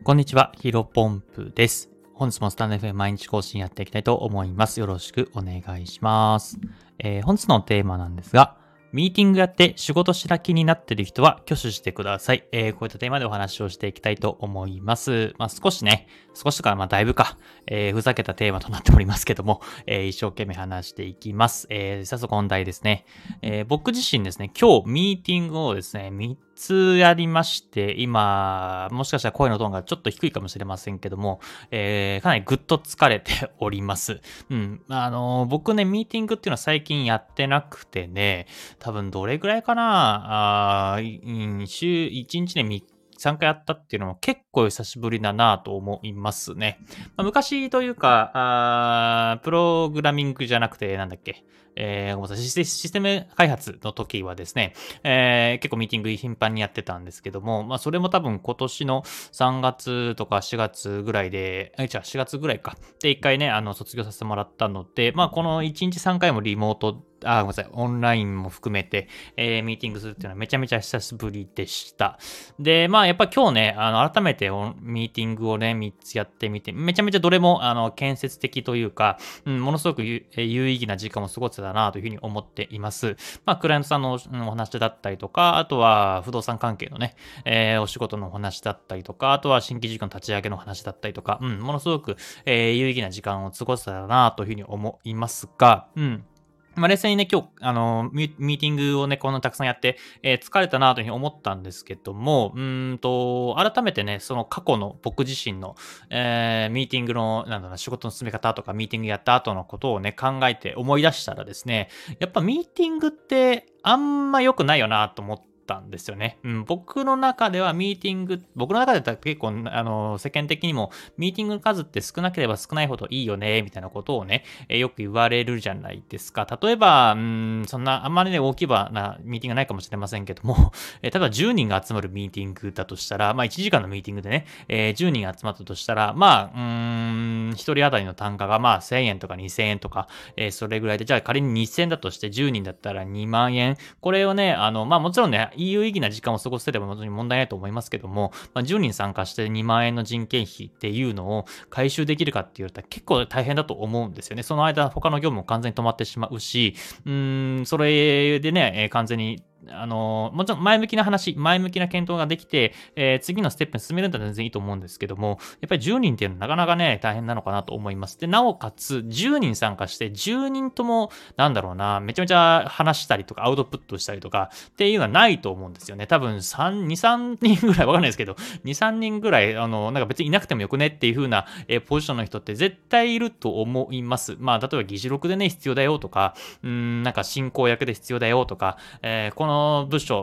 こんにちは、ヒロポンプです。本日もスタンド FM 毎日更新やっていきたいと思います。よろしくお願いします。本日のテーマなんですが、ミーティングやって仕事しら気になっている人は挙手してください。こういったテーマでお話をしていきたいと思います。少しとか、だいぶか、ふざけたテーマとなっておりますけども、一生懸命話していきます。早速本題ですね。僕自身ですね、今日ミーティングをですね、3つやりまして、今、もしかしたら声のトーンがちょっと低いかもしれませんけども、かなりぐっと疲れております。僕ね、ミーティングっていうのは最近やってなくてね、多分どれぐらいかな週1日で3回やったっていうのも結構久しぶりだなと思いますね。昔というか、プログラミングじゃなくて、ごめんなさい、システム開発の時はですね、結構ミーティング頻繁にやってたんですけども、それも多分今年の3月とか4月ぐらいで、4月ぐらいか。で、1回ね、卒業させてもらったので、この1日3回もリモートごめんなさい、オンラインも含めて、ミーティングするっていうのはめちゃめちゃ久しぶりでした。で、やっぱ今日ね、改めてミーティングをね、3つやってみて、めちゃめちゃどれも、建設的というか、ものすごく有意義な時間を過ごせたなというふうに思っています。クライアントさんのお話だったりとか、あとは不動産関係のね、お仕事のお話だったりとか、あとは新規事業の立ち上げの話だったりとか、ものすごく、有意義な時間を過ごせたらなというふうに思いますが、冷静にね、今日、ミーティングをね、こんなたくさんやって、疲れたなというふうに思ったんですけども、改めてね、その過去の僕自身の、ミーティングの、仕事の進め方とか、ミーティングやった後のことをね、考えて思い出したらですね、やっぱミーティングってあんま良くないよなと思ったんですよね。僕の中では僕の中では結構、世間的にも、ミーティングの数って少なければ少ないほどいいよね、みたいなことをね、よく言われるじゃないですか。例えば、そんな、あんまりね、大規模なミーティングないかもしれませんけども、例えば10人が集まるミーティングだとしたら、1時間のミーティングでね、10人が集まったとしたら、1人当たりの単価が1000円とか2000円とか、それぐらいで、じゃあ仮に2000円だとして10人だったら2万円。これをね、もちろんね、有意義な時間を過ごせれば本当に問題ないと思いますけども、10人参加して2万円の人件費っていうのを回収できるかって言われたら結構大変だと思うんですよね。その間、他の業務も完全に止まってしまうし、それでね、完全にもちろん前向きな検討ができて、次のステップに進めるんだったら全然いいと思うんですけども、やっぱり10人っていうのはなかなかね、大変なのかなと思います。で、なおかつ、10人参加して、10人とも、めちゃめちゃ話したりとか、アウトプットしたりとか、っていうのはないと思うんですよね。多分、2、3人ぐらいわかんないですけど、2、3人ぐらい、別にいなくてもよくねっていう風な、ポジションの人って絶対いると思います。例えば議事録でね、必要だよとか、進行役で必要だよとか、この部署、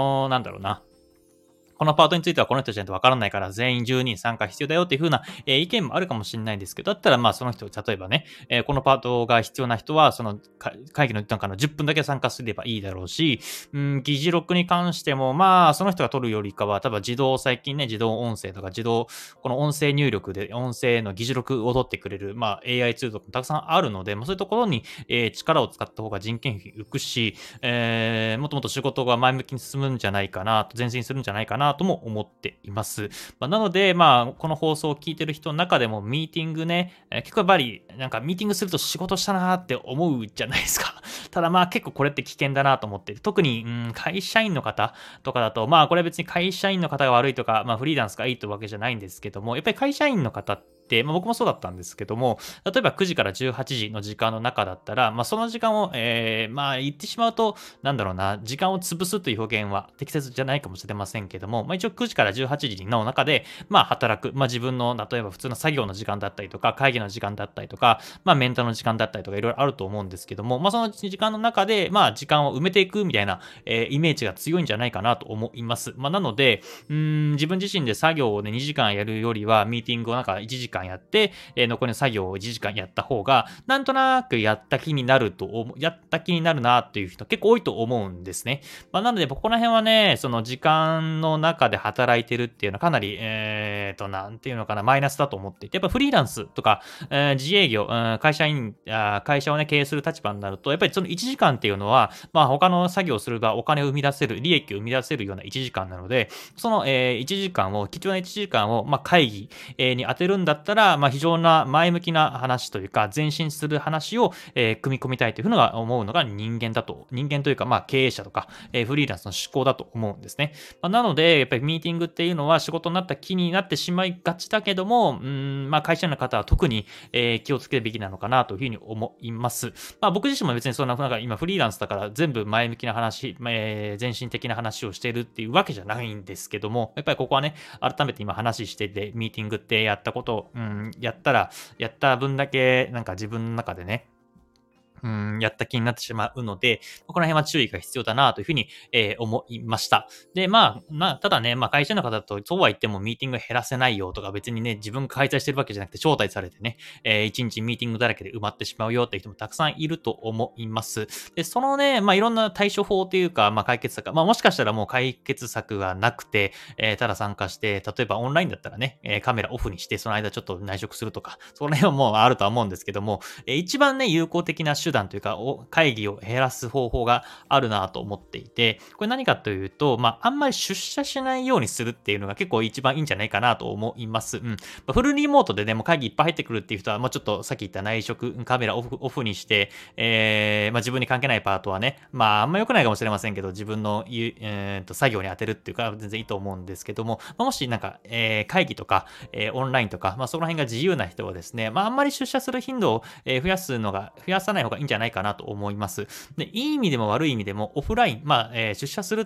このパートについてはこの人じゃないとわからないから全員10人参加必要だよっていう風な、意見もあるかもしれないんですけど、だったらその人、例えばね、このパートが必要な人は、その会議の10分だけ参加すればいいだろうし、議事録に関しても、その人が取るよりかは、多分最近ね、自動音声とかこの音声入力で音声の議事録を取ってくれる、AI ツールとかもたくさんあるので、そういうところに、力を使った方が人件費浮くし、もっともっと仕事が前向きに進むんじゃないかなと、前進するんじゃないかなとも思っています。なので、この放送を聞いてる人の中でもミーティングね、結構やっぱり、ミーティングすると仕事したなーって思うじゃないですか。ただ結構これって危険だなと思っている。特に、会社員の方とかだと、これは別に会社員の方が悪いとか、フリーランスがいいというわけじゃないんですけども、やっぱり会社員の方って、僕もそうだったんですけども、例えば9時から18時の時間の中だったら、その時間を、言ってしまうと、時間を潰すという表現は適切じゃないかもしれませんけども、一応9時から18時の中で、働く、自分の、例えば普通の作業の時間だったりとか、会議の時間だったりとか、メンタの時間だったりとか、いろいろあると思うんですけども、その時間の中で、時間を埋めていくみたいな、イメージが強いんじゃないかなと思います。なので、自分自身で作業をね、2時間やるよりは、ミーティングを1時間やって、残りの作業を1時間やった方が、なんとなくやった気になるなっていう人結構多いと思うんですね。なので、ここら辺はね、その時間の中で働いてるっていうのはかなり、なんていうのかな、マイナスだと思っていて、やっぱフリーランスとか、自営業、会社をね、経営する立場になると、やっぱりその1時間っていうのは、他の作業をすればお金を生み出せる、利益を生み出せるような1時間なので、その、1時間を、貴重な1時間を、会議、に当てるんだったら、非常な前向きな話というか、前進する話を、組み込みたいというふうに思うのが人間というか、経営者とか、フリーランスの思考だと思うんですね。なので、やっぱりミーティングっていうのは仕事になった気になってしまいがちだけども、会社員の方は特に、気をつけるべきなのかなというふうに思います。僕自身も別にそんな、なんか今フリーランスだから全部前向きな話、前進的な話をしているっていうわけじゃないんですけども、やっぱりここはね、改めて今話してて、ミーティングってやったことを、やった分だけ、なんか自分の中でね、やった気になってしまうので、この辺は注意が必要だなというふうに、思いました。で、ただね、会社の方だと、そうは言ってもミーティング減らせないよとか、別にね、自分が開催してるわけじゃなくて招待されてね、一日ミーティングだらけで埋まってしまうよっていう人もたくさんいると思います。で、そのね、いろんな対処法というか、解決策、もしかしたらもう解決策がなくて、ただ参加して、例えばオンラインだったらね、カメラオフにして、その間ちょっと内職するとか、その辺はもうあるとは思うんですけども、一番ね、有効的な手段というか、会議を減らす方法があるなと思っていて、これ何かというと、あんまり出社しないようにするっていうのが結構一番いいんじゃないかなと思います。フルリモートでね、もう会議いっぱい入ってくるっていう人は、ちょっとさっき言った内職、カメラオフにして、自分に関係ないパートはね、あんま良くないかもしれませんけど、自分の作業に当てるっていうか、全然いいと思うんですけども、もしなんか、会議とか、オンラインとか、その辺が自由な人はですね、あんまり出社する頻度を、増やさない方がいいんじゃないかなと思います。で、いい意味でも悪い意味でも、オフライン、出社するって、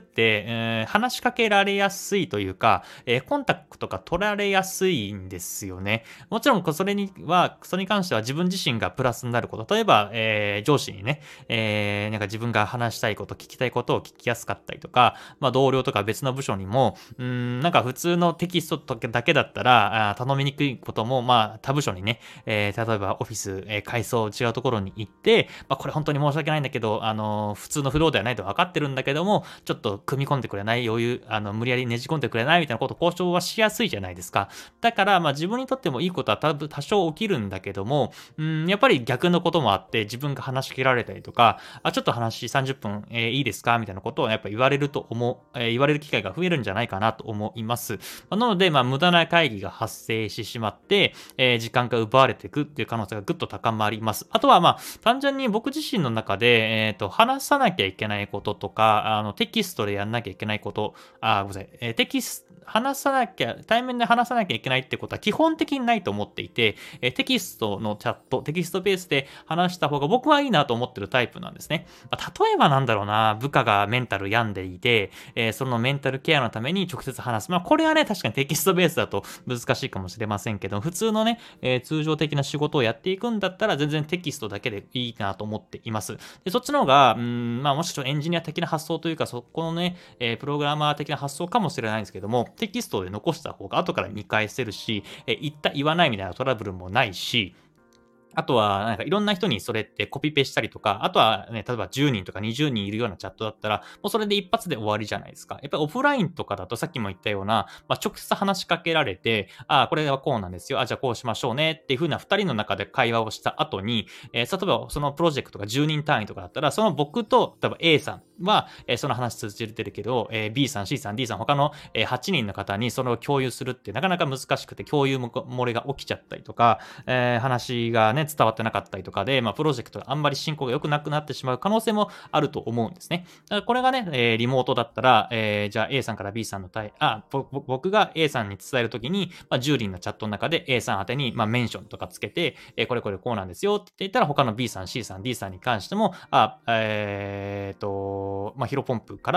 話しかけられやすいというか、コンタクトが取られやすいんですよね。もちろん、それに関しては自分自身がプラスになること。例えば、上司にね、なんか自分が話したいこと、聞きたいことを聞きやすかったりとか、同僚とか別の部署にも、なんか普通のテキストだけだったら、頼みにくいことも、他部署にね、例えばオフィス、階層違うところに行って、これ本当に申し訳ないんだけど、普通のフローではないと分かってるんだけども、ちょっと組み込んでくれない余裕、無理やりねじ込んでくれないみたいなことを交渉はしやすいじゃないですか。だから、自分にとってもいいことは多少起きるんだけども、やっぱり逆のこともあって、自分が話しかけられたりとか、ちょっと話30分、いいですかみたいなことをやっぱ言われる言われる機会が増えるんじゃないかなと思います。なので、無駄な会議が発生してしまって、時間が奪われていくっていう可能性がぐっと高まります。あとは、単純に僕自身の中で、話さなきゃいけないこととか、テキストでやんなきゃいけないこと、ごめんなさい、対面で話さなきゃいけないってことは基本的にないと思っていて、テキストのチャット、テキストベースで話した方が僕はいいなと思ってるタイプなんですね。例えばなんだろうな、部下がメンタル病んでいて、そのメンタルケアのために直接話す。これはね、確かにテキストベースだと難しいかもしれませんけど、普通のね、通常的な仕事をやっていくんだったら全然テキストだけでいいなと思っています。で、そっちの方が、もしくはエンジニア的な発想というか、そこのね、プログラマー的な発想かもしれないんですけども、テキストで残した方が後から見返せるし、言った言わないみたいなトラブルもないし、あとは、なんかいろんな人にそれってコピペしたりとか、あとはね、例えば10人とか20人いるようなチャットだったら、もうそれで一発で終わりじゃないですか。やっぱりオフラインとかだとさっきも言ったような、直接話しかけられて、これはこうなんですよ。じゃあこうしましょうねっていう風な2人の中で会話をした後に、例えばそのプロジェクトが10人単位とかだったら、その僕と、例えば A さんは、その話通じてるけど、B さん、C さん、D さん、他の、8人の方にそれを共有するってなかなか難しくて、共有漏れが起きちゃったりとか、話がね、伝わってなかったりとかで、プロジェクトがあんまり進行が良くなくなってしまう可能性もあると思うんですね。だからこれがね、リモートだったら、じゃあ A さんから B さんの僕が A さんに伝えるときに、10人のチャットの中で A さん宛てに、メンションとかつけて、これこうなんですよって言ったら、他の B さん、C さん、D さんに関しても、ヒロポンプから、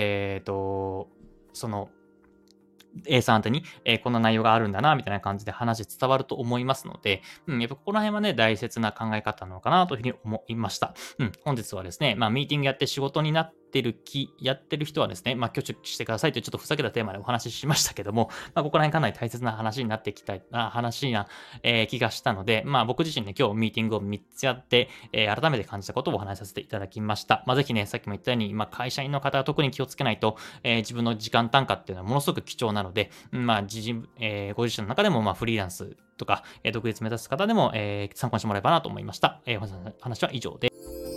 その、A さん宛てに、こんな内容があるんだな、みたいな感じで話伝わると思いますので、やっぱここら辺はね、大切な考え方なのかなというふうに思いました。本日はですね、ミーティングやって仕事になってやってる人はですね、挙手してくださいというちょっとふざけたテーマでお話ししましたけども、ここら辺かなり大切な話になってきた、気がしたので、僕自身ね、今日ミーティングを3つやって、改めて感じたことをお話しさせていただきました。ぜひね、さっきも言ったように、会社員の方は特に気をつけないと、自分の時間単価っていうのはものすごく貴重なので、ご自身の中でもフリーランスとか、独立目指す方でも、参考にしてもらえばなと思いました。本日の話は以上です。